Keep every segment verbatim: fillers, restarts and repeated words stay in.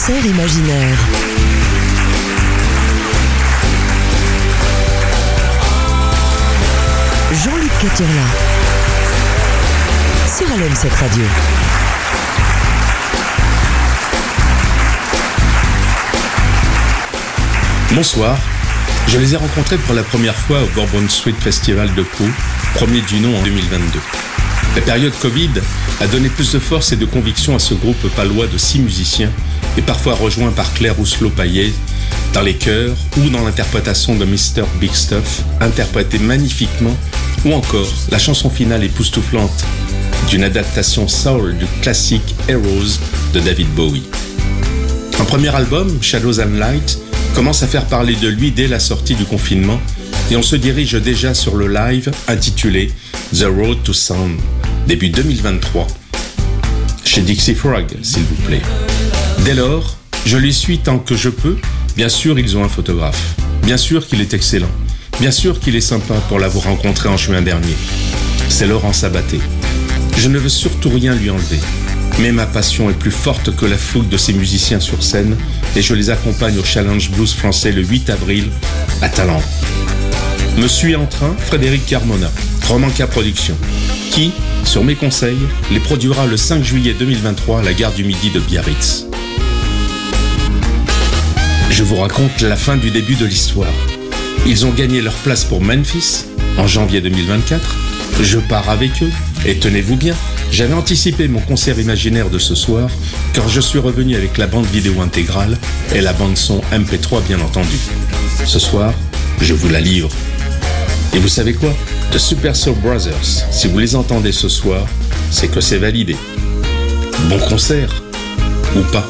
concert imaginaire. Jean-Luc Caturla sur L M sept Radio. Bonsoir, je les ai rencontrés pour la première fois au Bourbon Street Festival de Pau, premier du nom en deux mille vingt-deux. La période Covid a donné plus de force et de conviction à ce groupe palois de six musiciens et parfois rejoint par Claire Rousselot-Paillet dans les chœurs ou dans l'interprétation de mister Big Stuff, interprétée magnifiquement, ou encore la chanson finale époustouflante d'une adaptation soul du classique Heroes de David Bowie. Un premier album, Shadows and Light, commence à faire parler de lui dès la sortie du confinement et on se dirige déjà sur le live intitulé The Road to Sound, début deux mille vingt-trois, chez Dixie Frog, s'il vous plaît. Dès lors, je les suis tant que je peux. Bien sûr, ils ont un photographe. Bien sûr qu'il est excellent. Bien sûr qu'il est sympa pour l'avoir rencontré en juin dernier. C'est Laurent Sabaté. Je ne veux surtout rien lui enlever. Mais ma passion est plus forte que la fougue de ces musiciens sur scène et je les accompagne au Challenge Blues français le huit avril à Talent. Me suit en train Frédéric Carmona, Romanca Productions, qui, sur mes conseils, les produira le cinq juillet deux mille vingt-trois à la gare du Midi de Biarritz. Je vous raconte la fin du début de l'histoire. Ils ont gagné leur place pour Memphis en janvier deux mille vingt-quatre. Je pars avec eux et tenez-vous bien, j'avais anticipé mon concert imaginaire de ce soir car je suis revenu avec la bande vidéo intégrale et la bande son M P trois bien entendu. Ce soir, je vous la livre. Et vous savez quoi ? The Super Soul Brothers, si vous les entendez ce soir, c'est que c'est validé. Bon concert, ou pas.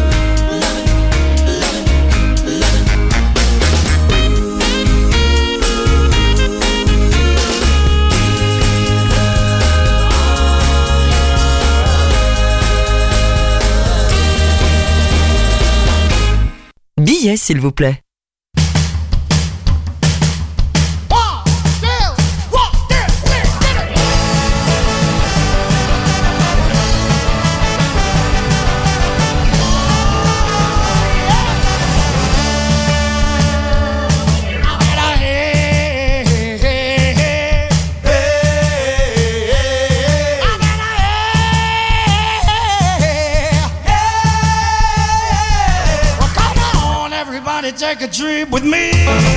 Billets, s'il vous plaît. Take a trip with me.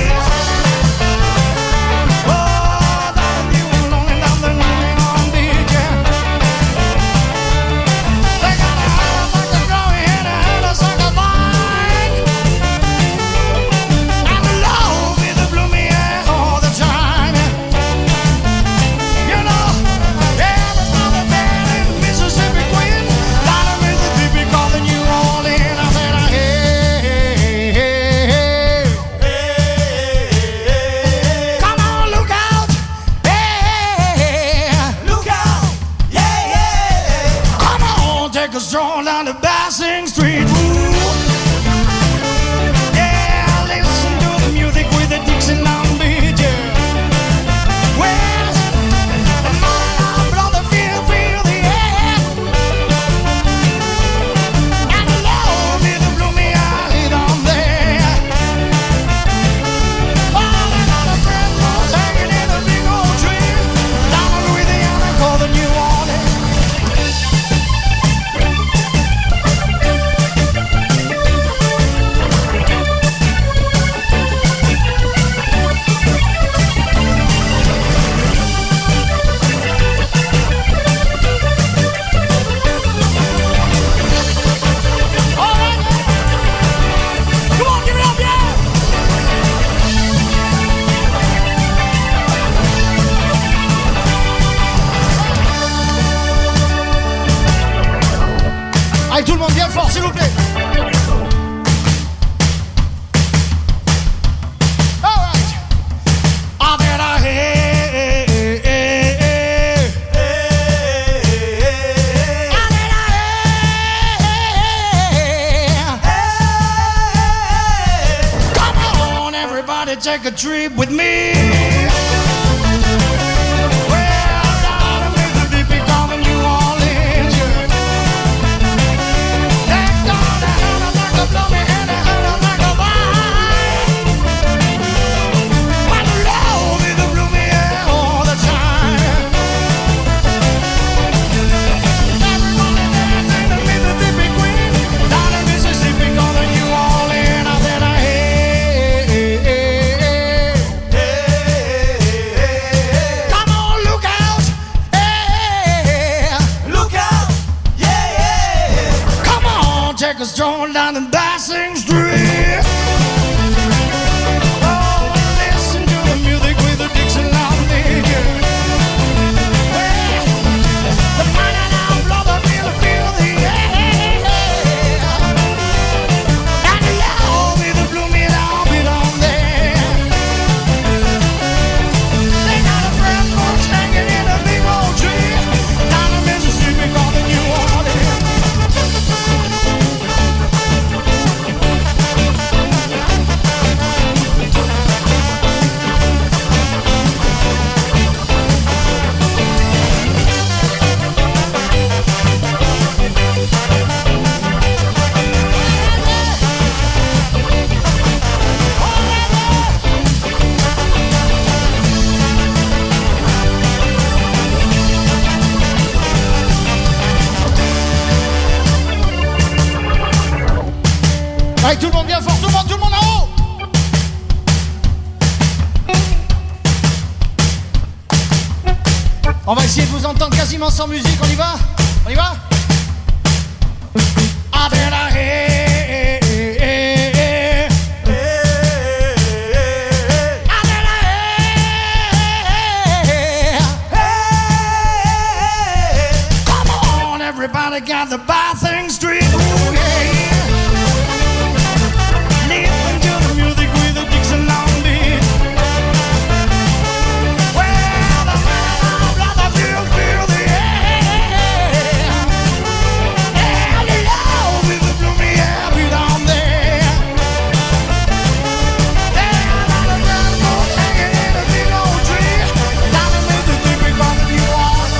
Strolling down the Bassing Street. Ooh. Yeah, listen to the music with the Dixieland beat. Yeah. Well, the my brother feel, feel the air. And the love is the blue me eye down there. Oh, I got a friend who's hanging in a big old tree down in Louisiana called the New Orleans. Allez, tout le monde bien fort, s'il vous plaît. All right. Ah, ben là, hey, hey, hey, hey, hey. Ah, ben là, hey, hey, hey. Come on, everybody, take a trip with me. Come was strolling down the Bassing Street. Oh, listen to the music with the Dixieland major. Well, the man and our brother feel, feel the air. And the love with the blue me down, be down there. They got a friend bush hanging in a big old tree down in Mississippi called the New Orleans. Allez, tout le monde bien fort, tout le monde, tout le monde en haut. On va essayer de vous entendre quasiment sans musique, on y va? On y va? Ah, ben là, eh, eh, eh, eh, eh. Ah, ben là, eh, eh, eh. Come on, everybody got the Bathing Street. Ooh, yeah. Listen to the music with the Dixieland beat. Well, the man of brother feel, feel the air. And the love with the bloomy hair be down there. There's a lot of animals hanging in a big old tree down in Mississippi called the New Orleans.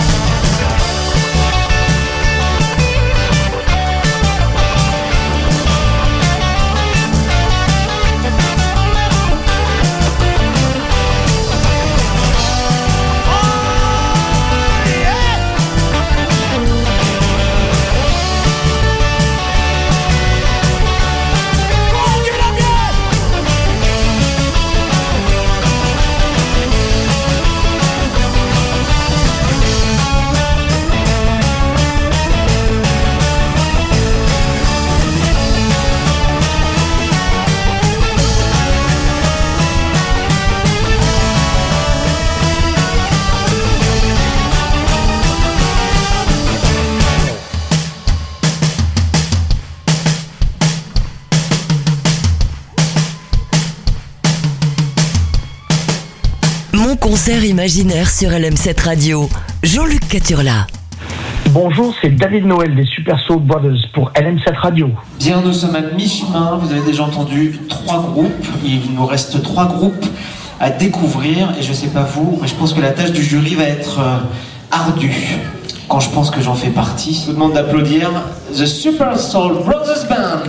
Mon concert imaginaire sur L M sept Radio. Jean-Luc Caturla. Bonjour, c'est David Noël des Super Soul Brothers pour L M sept Radio. Bien, nous sommes à mi-chemin, vous avez déjà entendu trois groupes, il nous reste trois groupes à découvrir, et je sais pas vous, mais je pense que la tâche du jury va être euh, ardue, quand je pense que j'en fais partie. Je vous demande d'applaudir The Super Soul Brothers Band.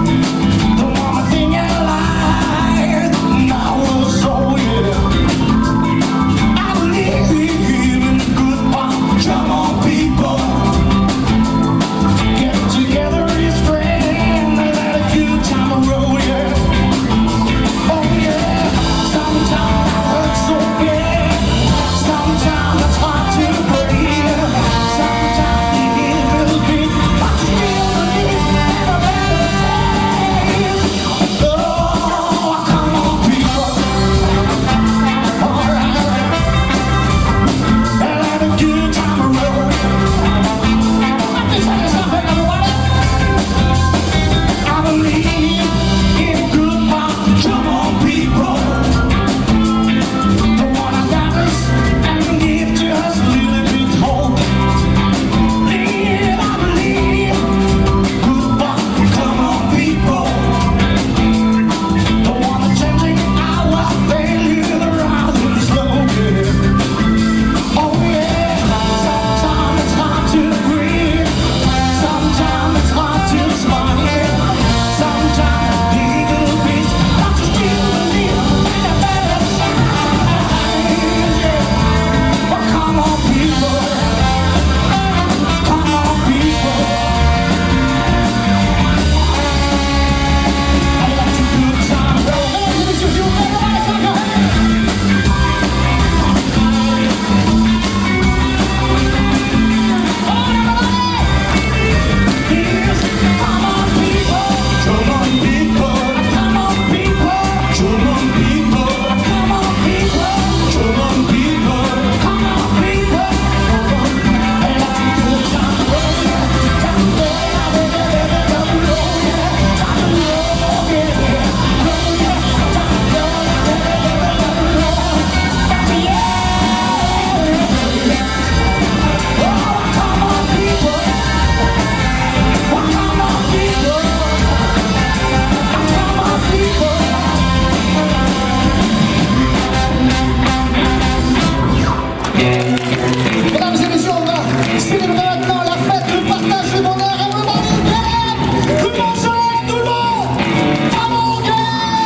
Thing in life, now we're so yeah. Mesdames et messieurs, on va célébrer maintenant la fête, le partage, le bonheur et le bonheur. Tout le monde se lève, tout le monde. À mon cœur.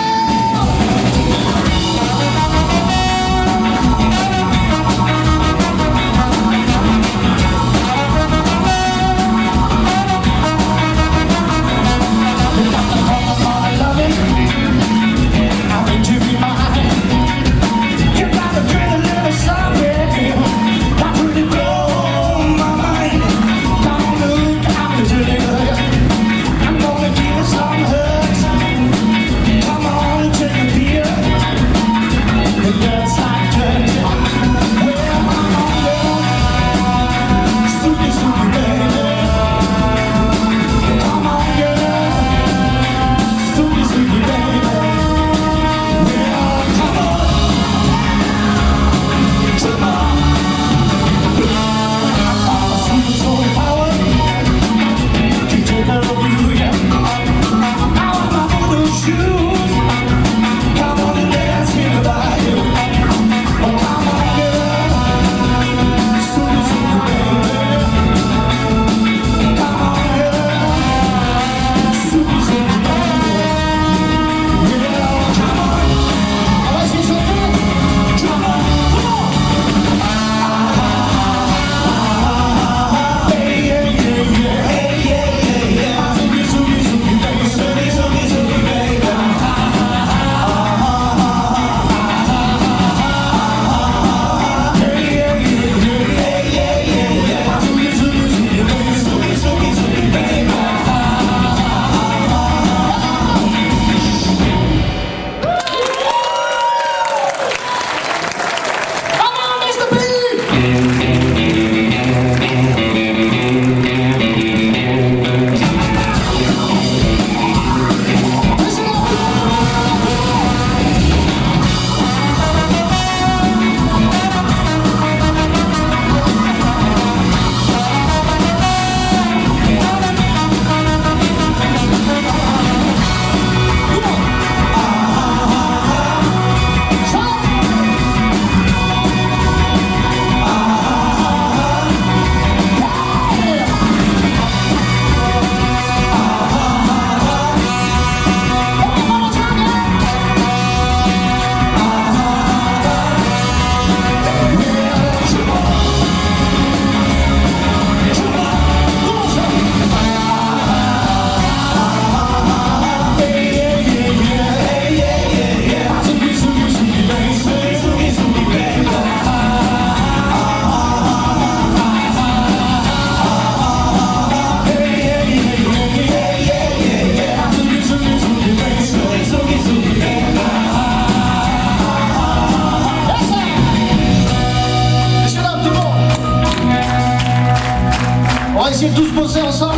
Essayer de tous bosser ensemble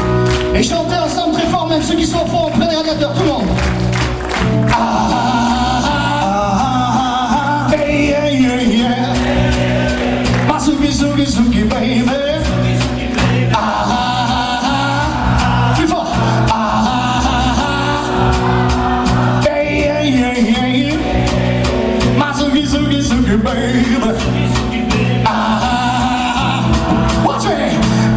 et chanter ensemble très fort, même ceux qui sont au fond, près des radiateurs, tout le monde. Ah, ah, ah, ah, yeah, yeah, yeah. Masugi, sugi, sugi, baby. Ah, ah, ah, plus fort. Ah, ah, ah, yeah, yeah, yeah. Masugi, sugi, sugi, baby. Ah, ah, watch it.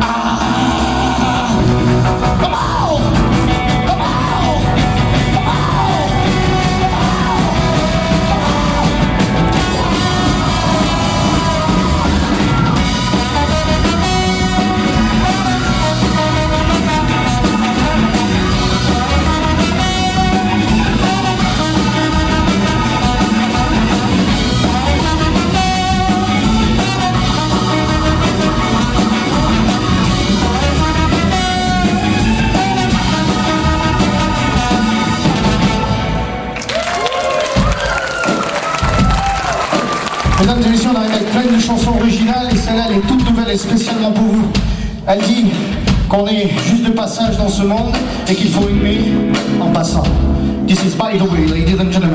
Mesdames et messieurs, on arrive avec plein de chansons originales et celle-là, elle est toute nouvelle et spécialement pour vous. Elle dit qu'on est juste de passage dans ce monde et qu'il faut aimer en passant. This is By the Way, ladies and gentlemen.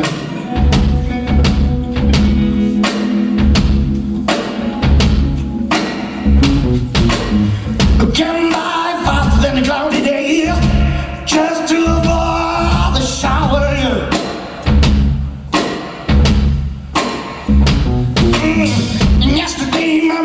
Came by faster than a cloudy day, just to avoid the shower. Mm. Yesterday my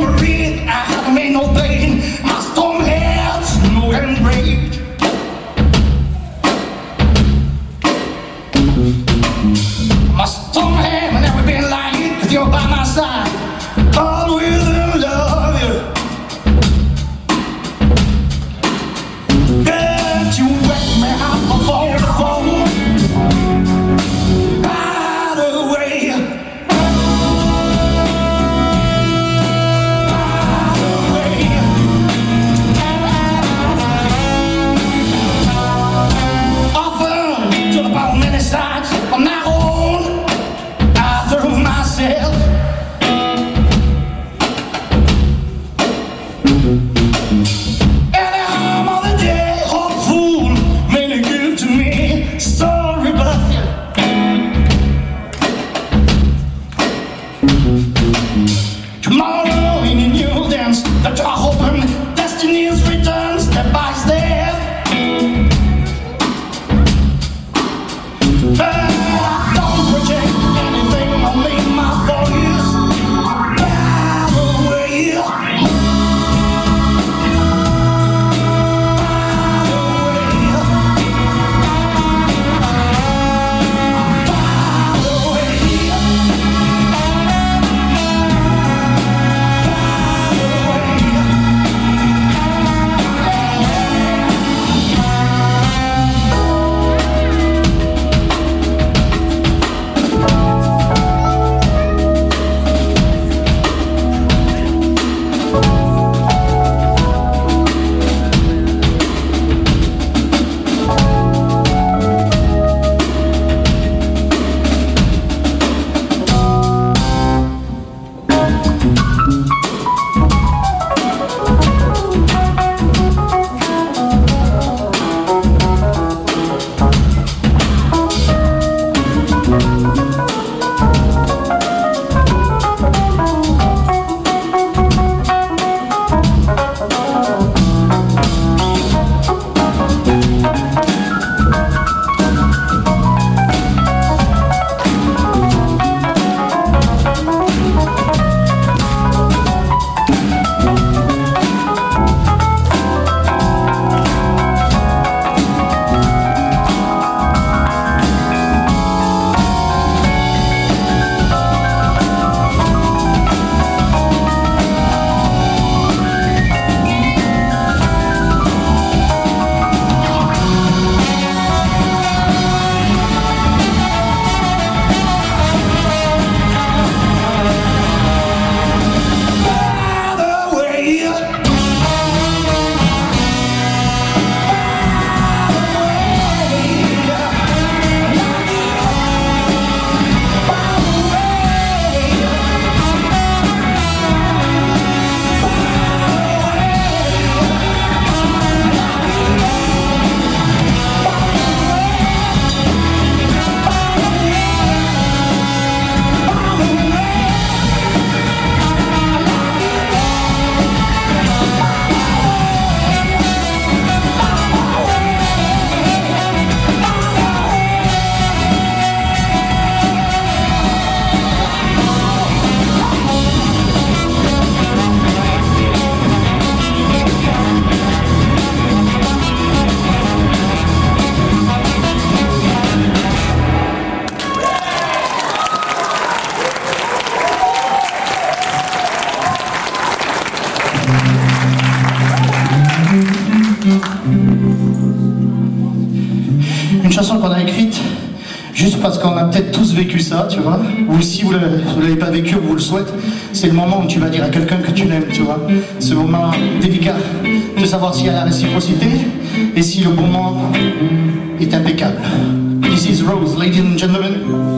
Une chanson qu'on a écrite juste parce qu'on a peut-être tous vécu ça, tu vois. Ou si vous ne l'avez pas vécu, vous le souhaitez, c'est le moment où tu vas dire à quelqu'un que tu l'aimes, tu vois. Ce moment délicat de savoir s'il y a la réciprocité et si le moment est impeccable. This is Rose, ladies and gentlemen.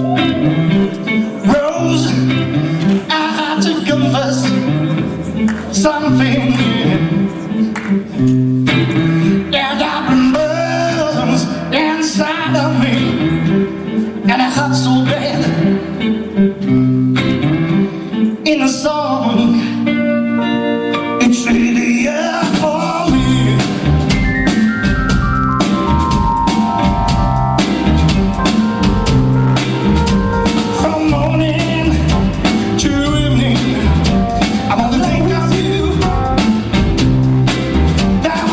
Rose, I had to confess something. Yeah, that burns inside of me, and it hurts so bad. In a song, it's really yeah for me. From morning to evening, I wanna think of you. That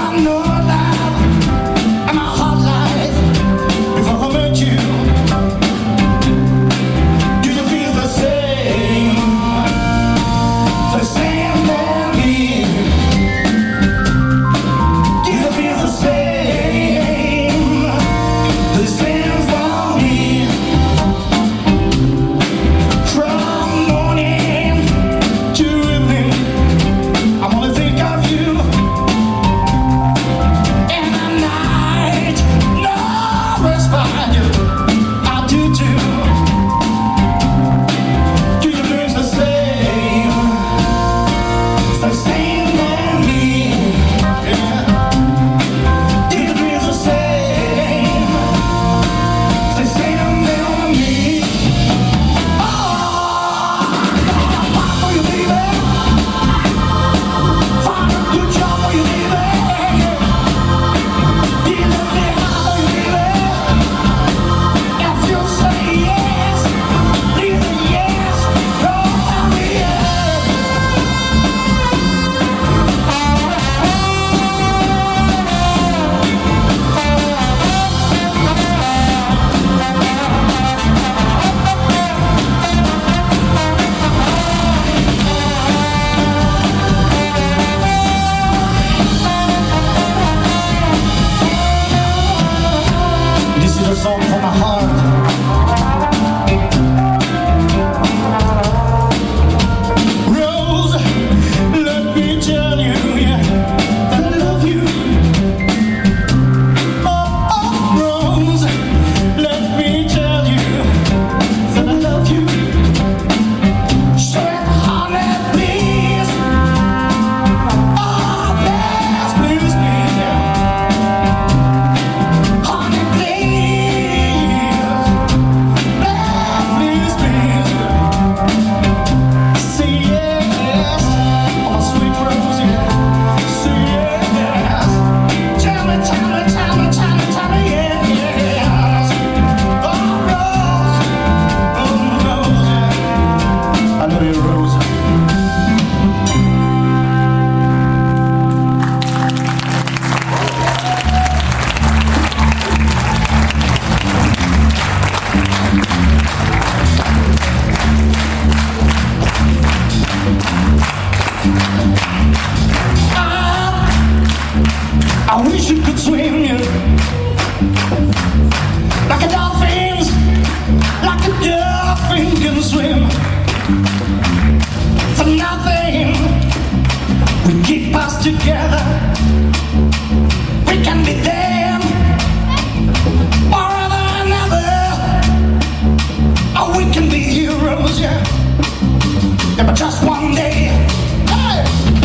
I wish you could swim, yeah. Like a dolphin, like a dolphin can swim. For nothing, we keep us together. We can be them forever and ever. Oh, we can be heroes, yeah. Yeah, but just one day. Hey!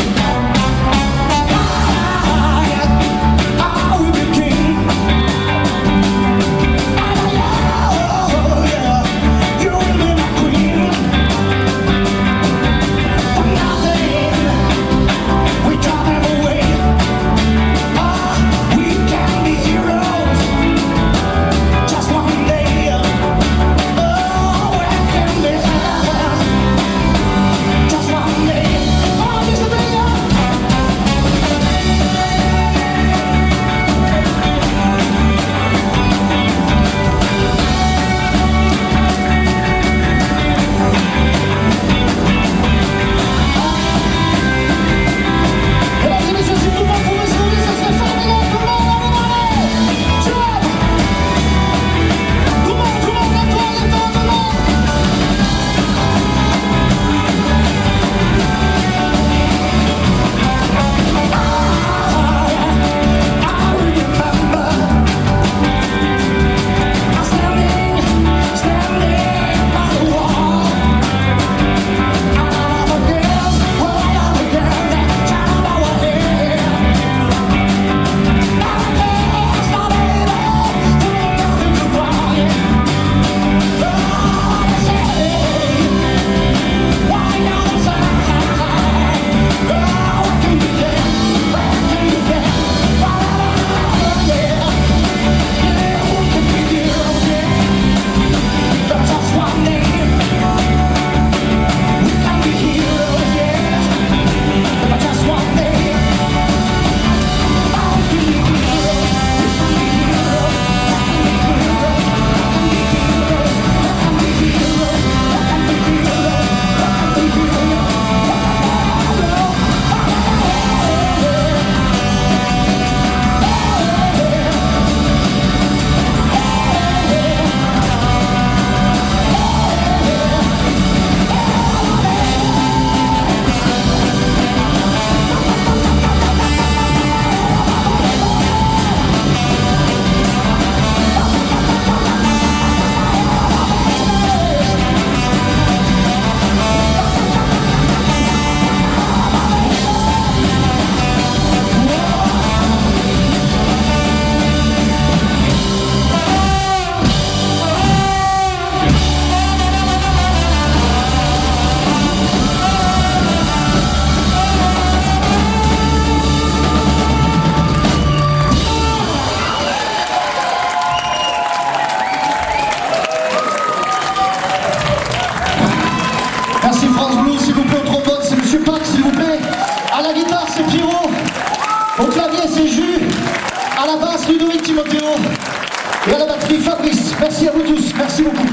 Et à la batterie, Fabrice. Merci à vous tous. Merci beaucoup.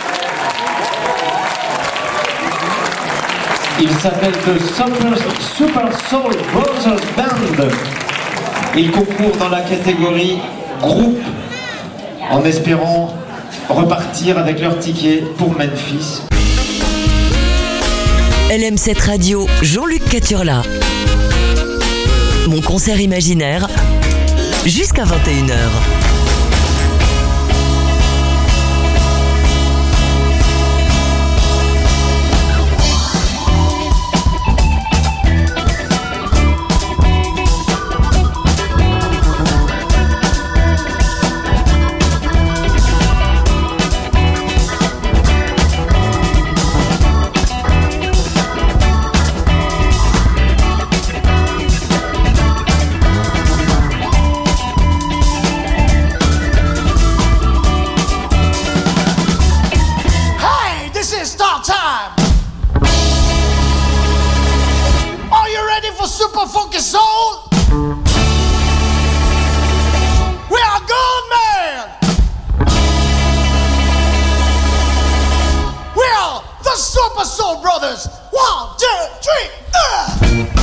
Il s'appelle The Super, Super Soul Brothers Band. Il concourt dans la catégorie groupe en espérant repartir avec leur ticket pour Memphis. L M sept Radio, Jean-Luc Caturla. Mon concert imaginaire, jusqu'à vingt et une heures. Super Soul Brothers. One, two, three. Uh.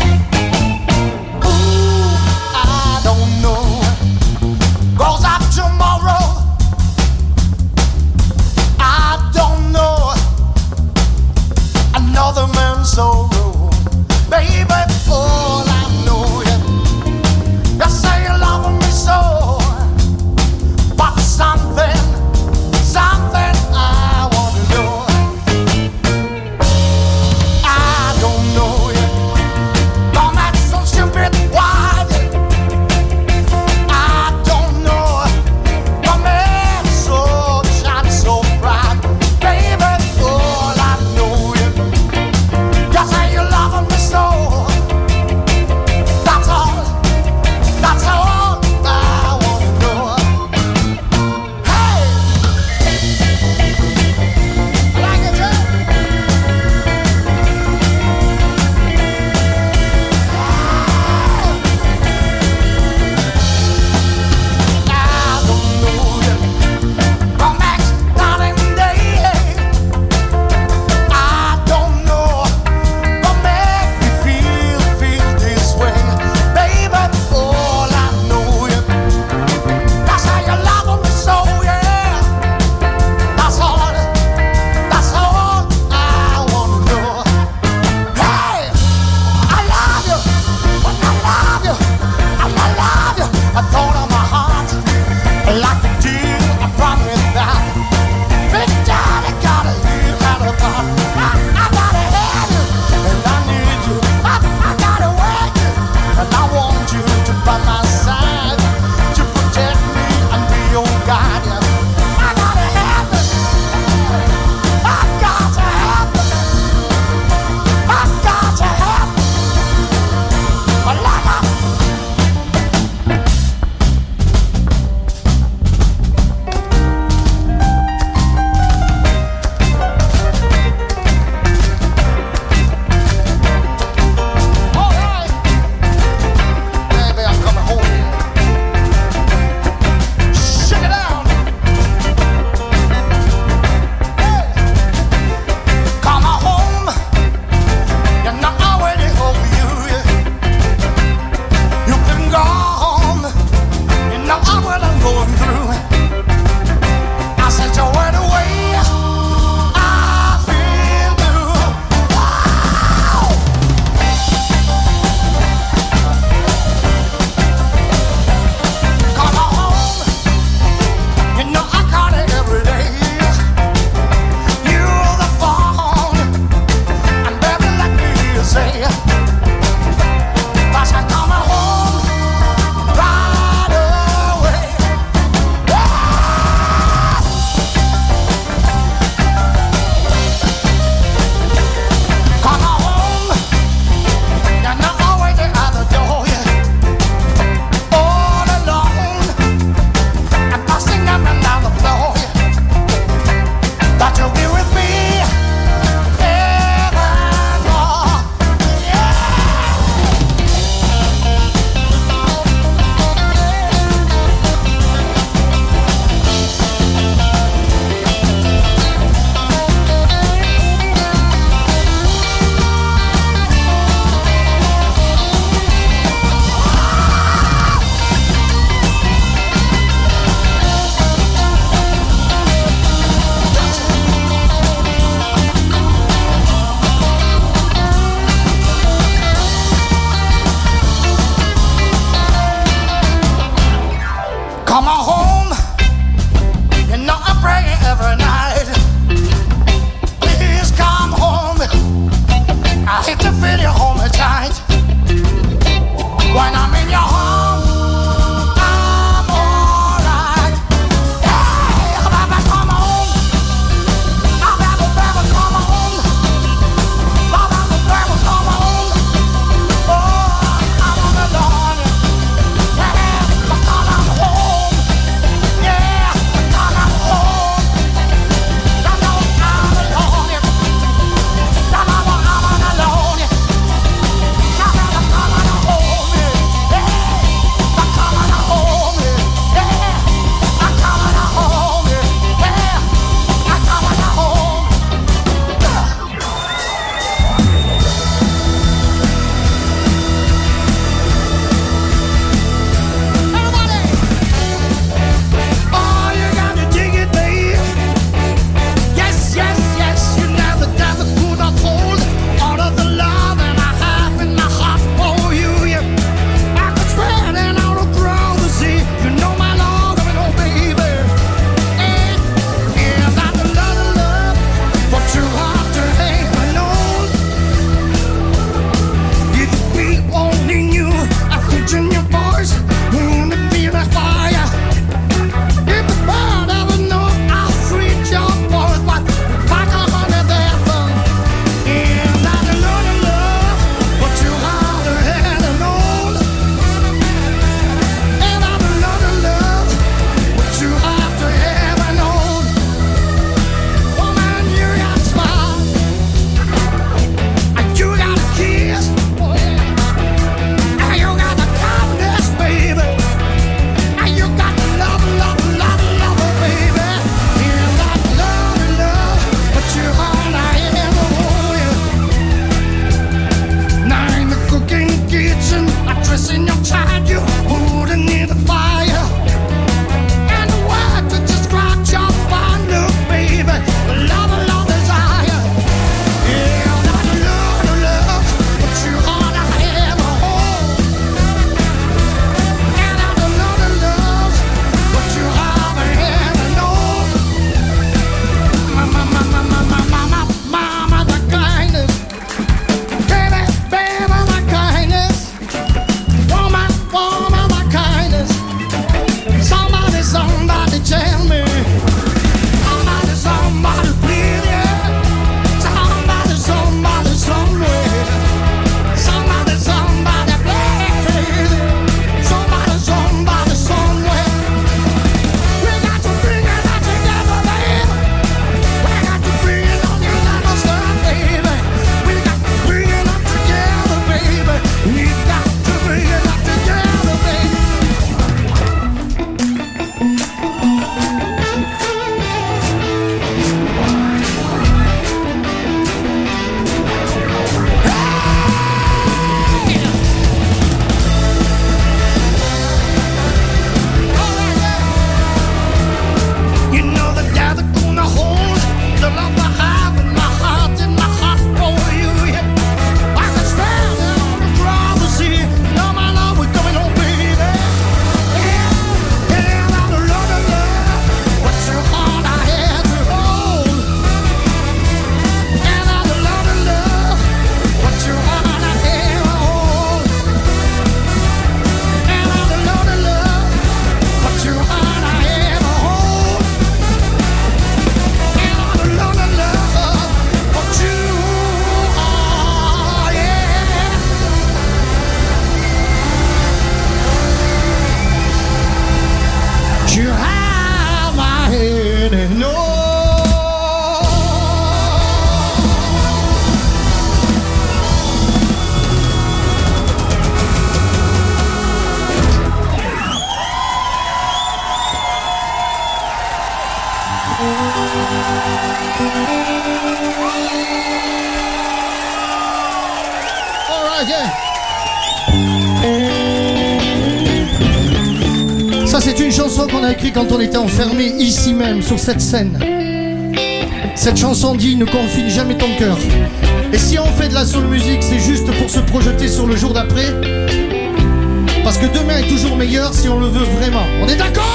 Ça, c'est une chanson qu'on a écrite quand on était enfermé ici même, sur cette scène. Cette chanson dit « Ne confine jamais ton cœur ». Et si on fait de la soul music, c'est juste pour se projeter sur le jour d'après. Parce que demain est toujours meilleur si on le veut vraiment. On est d'accord ?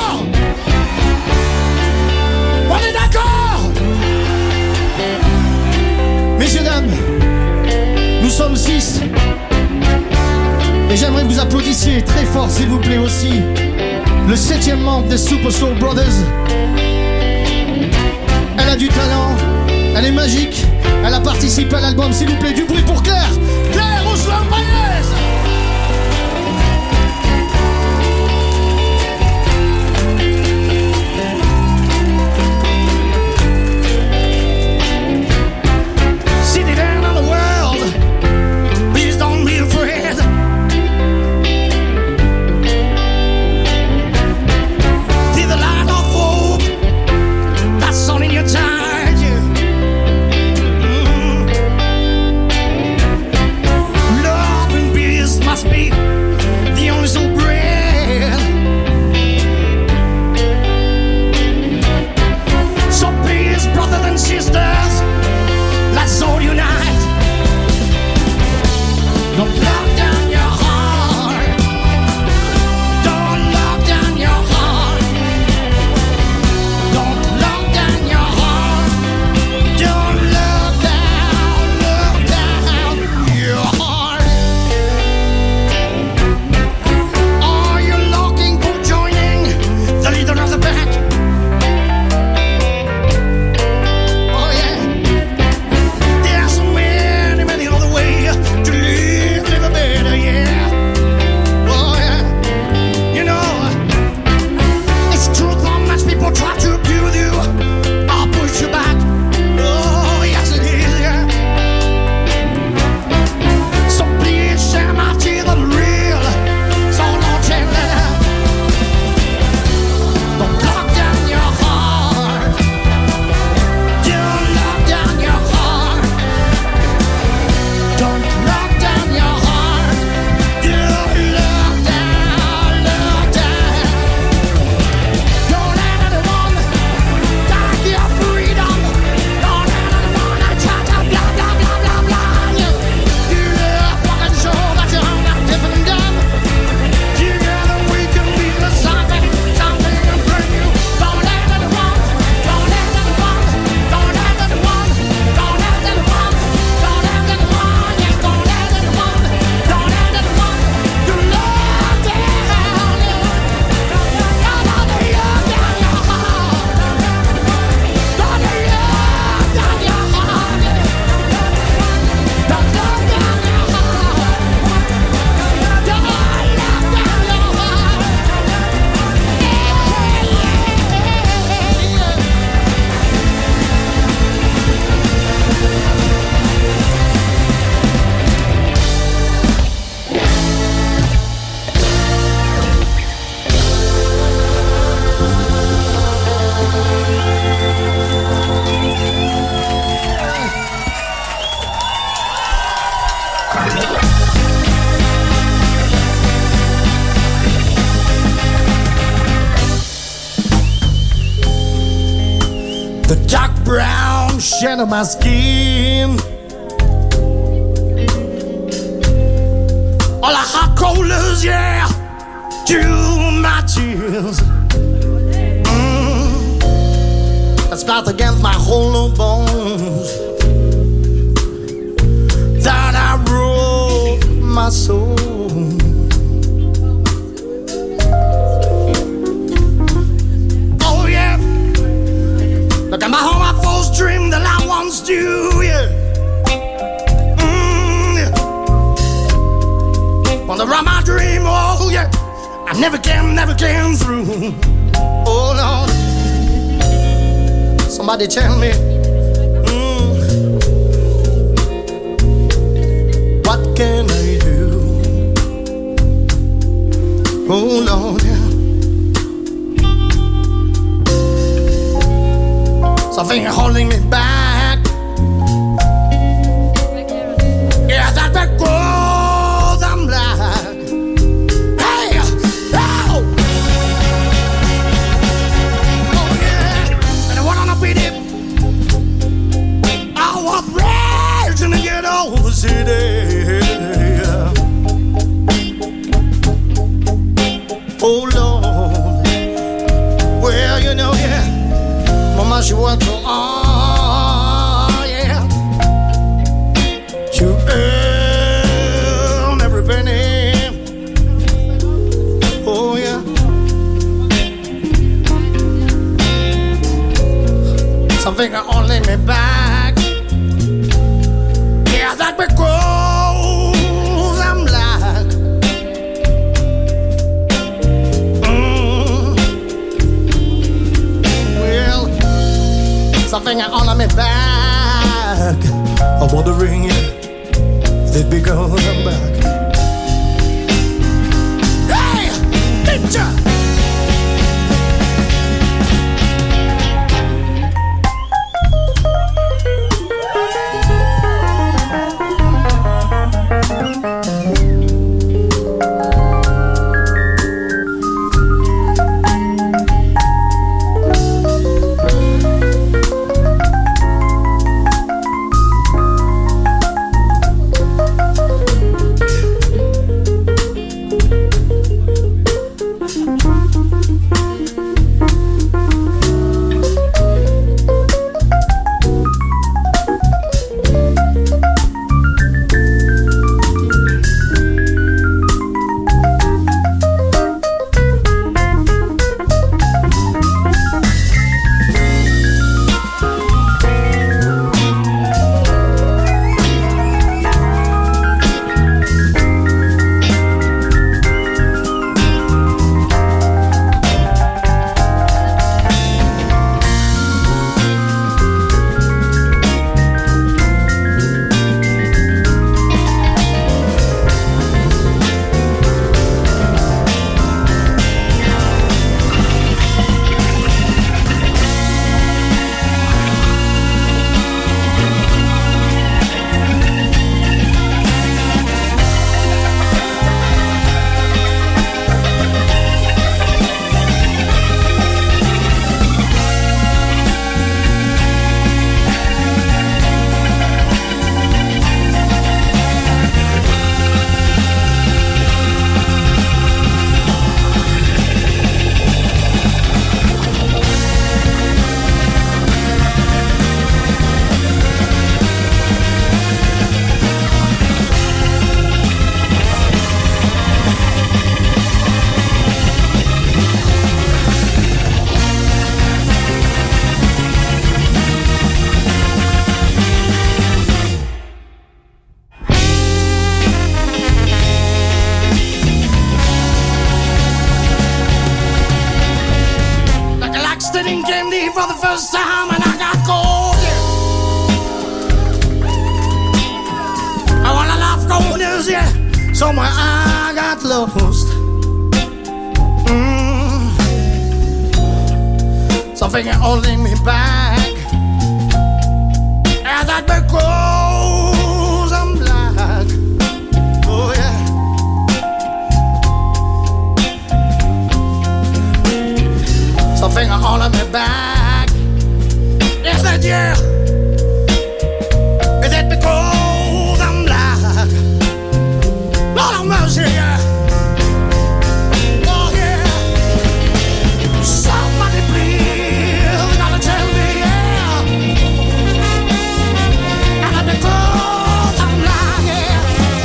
On est d'accord ? Messieurs, dames, nous sommes six. Et j'aimerais que vous applaudissiez très fort, s'il vous plaît, aussi le septième membre des Super Soul Brothers. Elle a du talent, elle est magique, elle a participé à l'album, s'il vous plaît, du bruit pour Claire. Claire Rousseau-Maillez. Sitting down on the world, please don't be afraid. See the light of hope that's on in your time, yeah. Mm. Love and peace must be the only soul bread. So please, brothers and sisters, let's all unite. Don't lock down your heart. Don't lock down your heart. Don't lock down your heart. Don't lock down, lock down your heart. Are you looking for joining the leader of the pack? Oh yeah. There's so many, many other ways to live, live a better, yeah. Oh yeah. You know, it's truth how much people try to abuse you. I'll push you back. Oh yes it is, yeah. So please share my tears are real. So don't change that. Don't lock down your heart. Don't lock down your heart. Don't lock down your heart. Don't lock down, lock down. Don't let anyone take your freedom. Don't let anyone try to blah, blah, blah, blah, blah. You, you love fucking show that you're not different and dumb. Together we can be the something, something and bring you. Don't let anyone, don't let anyone, don't let anyone, don't let anyone, don't let anyone, yes, don't let anyone, don't let anyone do love down, yeah. Don't let love down your heart. Don't let love down your heart. Don't love down your heart. Don't love down your heart. The dark brown shade of my skin, all the hot colders, yeah, to my tears. Mm. That's not against my hollow bones that I wrote my soul. Oh yeah. Look at my home, I false dream that I once do, yeah. Mm, yeah. When the run my dream, oh yeah, I never came, never came through. Oh Lord, somebody tell me, mm, what can I do? Oh Lord, yeah. Something holding me back. Yeah, that because I'm black. Hey, oh! world so on, yeah. You earn every penny, oh yeah. Something that only me back, yeah, that because I'm black. Mm. Well, something that only me back. I'm wondering if it because I'm back. Hey, picture. For the first time, and I got gold. Yeah. I want a lot of gold news, yeah. Somewhere I got lost. Mm. Something holding me back, and that because I'm black. Oh yeah. Something holding me back. Is that yeah? Is it because I'm black? Lord have mercy, yeah. Oh yeah. Somebody please gotta tell me, yeah. And it's because I'm black, yeah.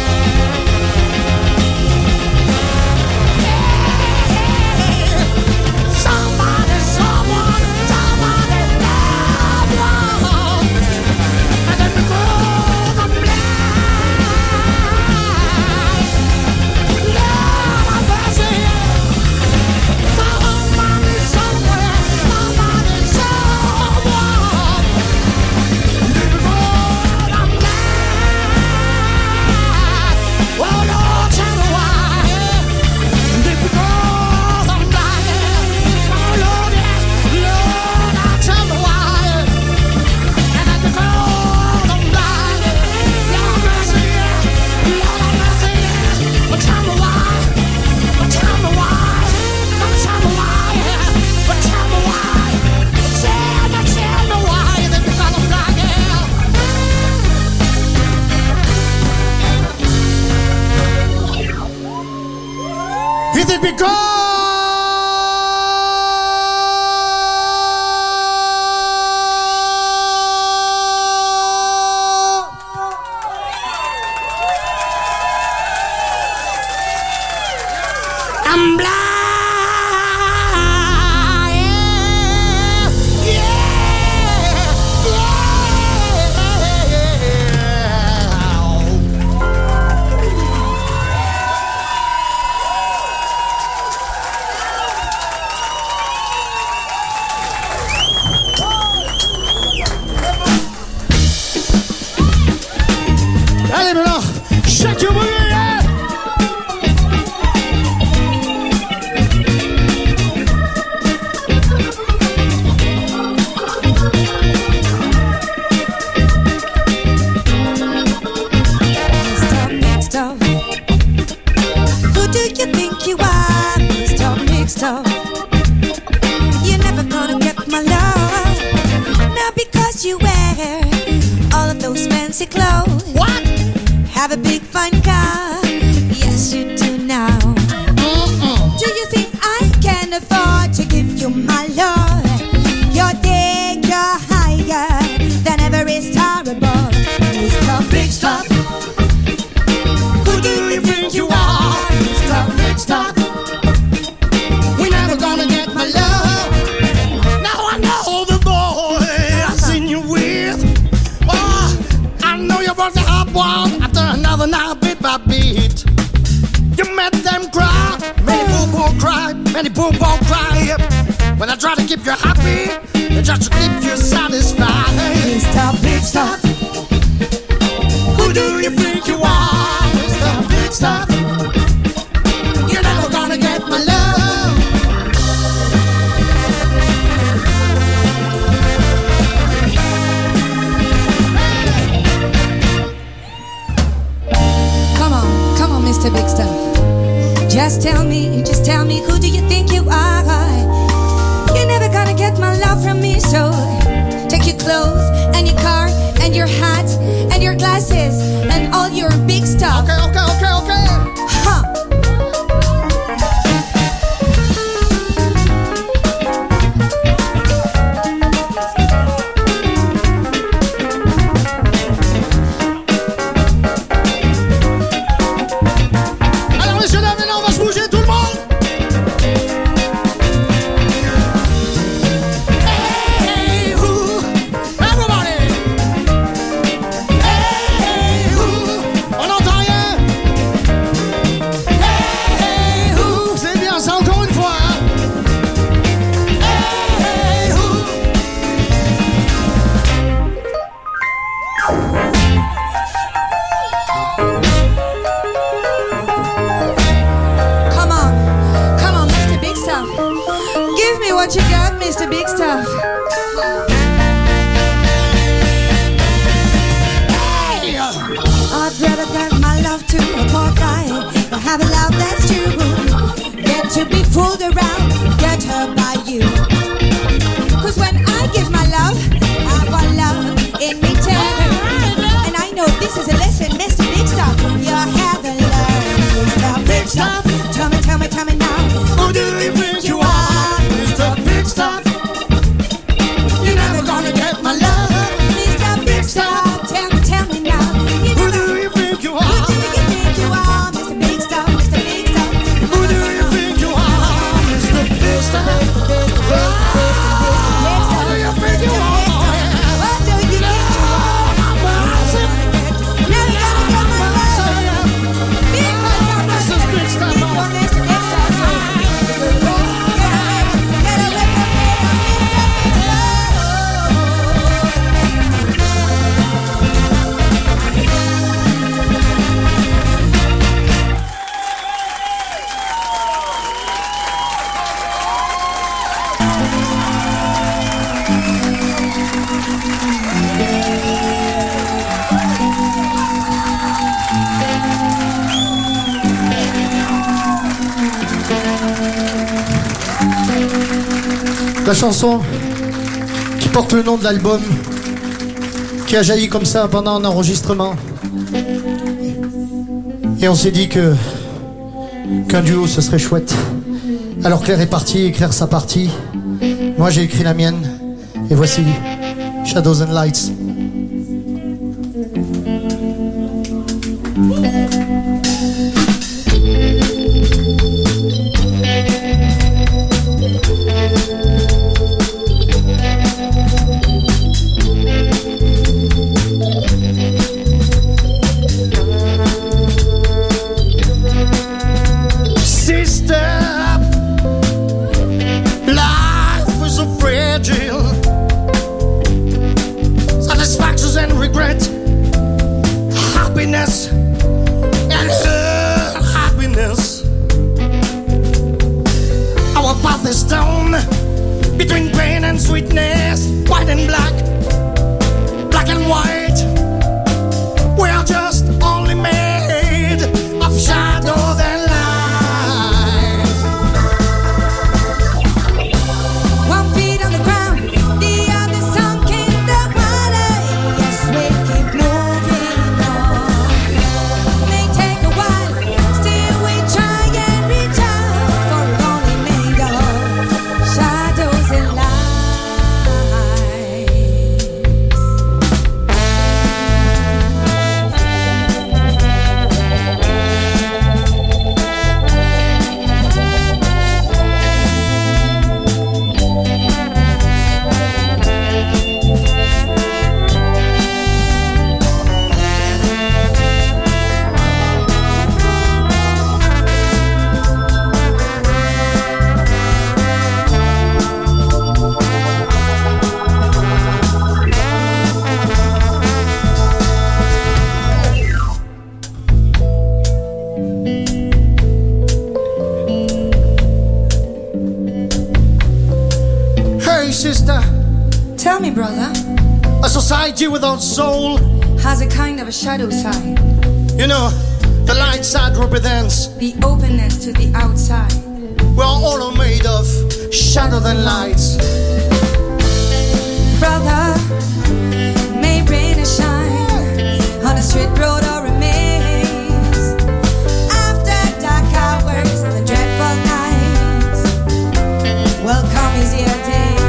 Yeah. Somebody, someone, somebody. Is it because I'm blind. Yeah, yeah, yeah, yeah. Allez maintenant, shake your booty. You're never gonna get my love. Not because you wear all of those fancy clothes. What? Have a big fine car. Yes, you do now. Mm-mm. Do you think I can afford to give you my love? Your day, you're higher than ever is terrible. Mister Big Stuff. Who do you think you are? Mister Big Stuff. Gonna get my love. Now I know the boy I've seen you with. Oh, I know you brought the hot one after another now, bit by bit. You made them cry, many people cry, many people cry. When I try to keep you happy, just to keep you satisfied. Mister Big Stuff. Who do you think you are, Mister Big Stuff? You're never gonna get my love. Mister Big Stuff. Just tell me, just tell me, who do you think you are? You're never gonna get my love from me, so take your clothes and your car and your hat and your glasses and all your big stuff. Okay, okay, okay, okay. Huh. What you got, Mister Big Stuff? Hey! I'd rather give my love to a poor guy than have a love that's true. Get to be fooled around, get hurt by you. Cause when I give my love, I want love in return. And I know this is a lesson, Mister Big Stuff. You haven't learned, Mister Big Stuff. Tell me, tell me, tell me now, who do you think you are? Big Stuff. You're never gonna get my love. Mister Big Stuff, tell me, tell me now. You Who do you think you are? Who do you think you are, Mister Big Stuff, Mister Big Stuff? Who do you think you are, Mister Big Stuff? Who do you think you are? What do you think you are? Never gonna get my love. Because I'm Mister Big Stuff. Mister Big Stuff. La chanson qui porte le nom de l'album, qui a jailli comme ça pendant un enregistrement. Et on s'est dit que qu'un duo ce serait chouette. Alors Claire est partie écrire sa partie. Moi j'ai écrit la mienne. Et voici Shadows and Lights. the stone, between pain and sweetness, white and black, black and white. We are just only made of shadows and light. One feet on the ground, the other sunk in the water. Yes, we keep moving on. May take a while, still we try and reach out, for we're only made of shadows and light. Hey sister, Tell me, brother, a society without soul. has a kind of a shadow side, You know, the light side represents the openness to the outside. we're all made of shadow than lights. Brother, may rain or shine on a straight road or a maze. After dark hours and the dreadful nights, welcome easier days.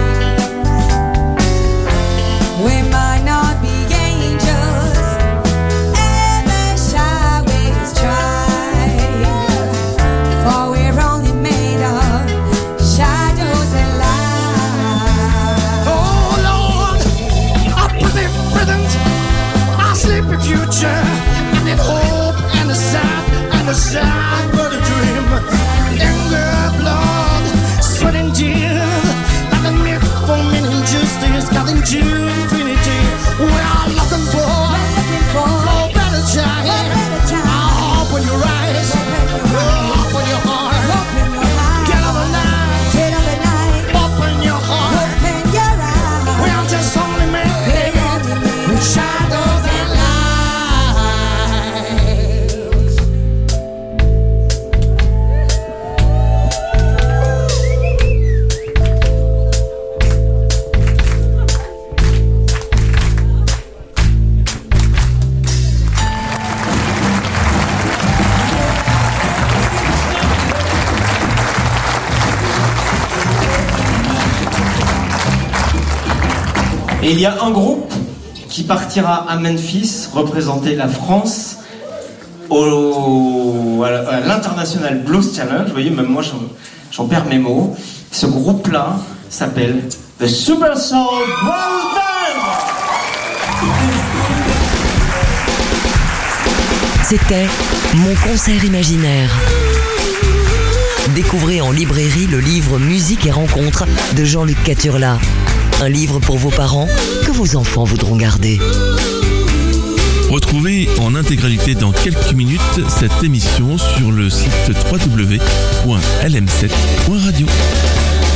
We might not be angels, ever shall we try, for we're only made of shadows and light. Oh Lord, a pretty present, a sleepy future, and in hope and a sad and a sad but a dream. Anger, blood, sweat and tears, and the myth for meaning justice, got into infinity. We are looking for, Looking for for better time. better time. Open your eyes, open your heart, Open your eyes, get up the night, get up at night, open your heart. open your eyes. We are just only made We're only made of shadows and lights. Et il y a un groupe qui partira à Memphis représenter la France au, à la- à l'International Blues Challenge. Vous voyez, même moi j'en, j'en perds mes mots. Ce groupe-là s'appelle The Super Soul Blues Band. C'était mon concert imaginaire. Découvrez en librairie le livre Musique et rencontres de Jean-Luc Caturla. Un livre pour vos parents que vos enfants voudront garder. Retrouvez en intégralité dans quelques minutes cette émission sur le site w w w point l m sept point radio.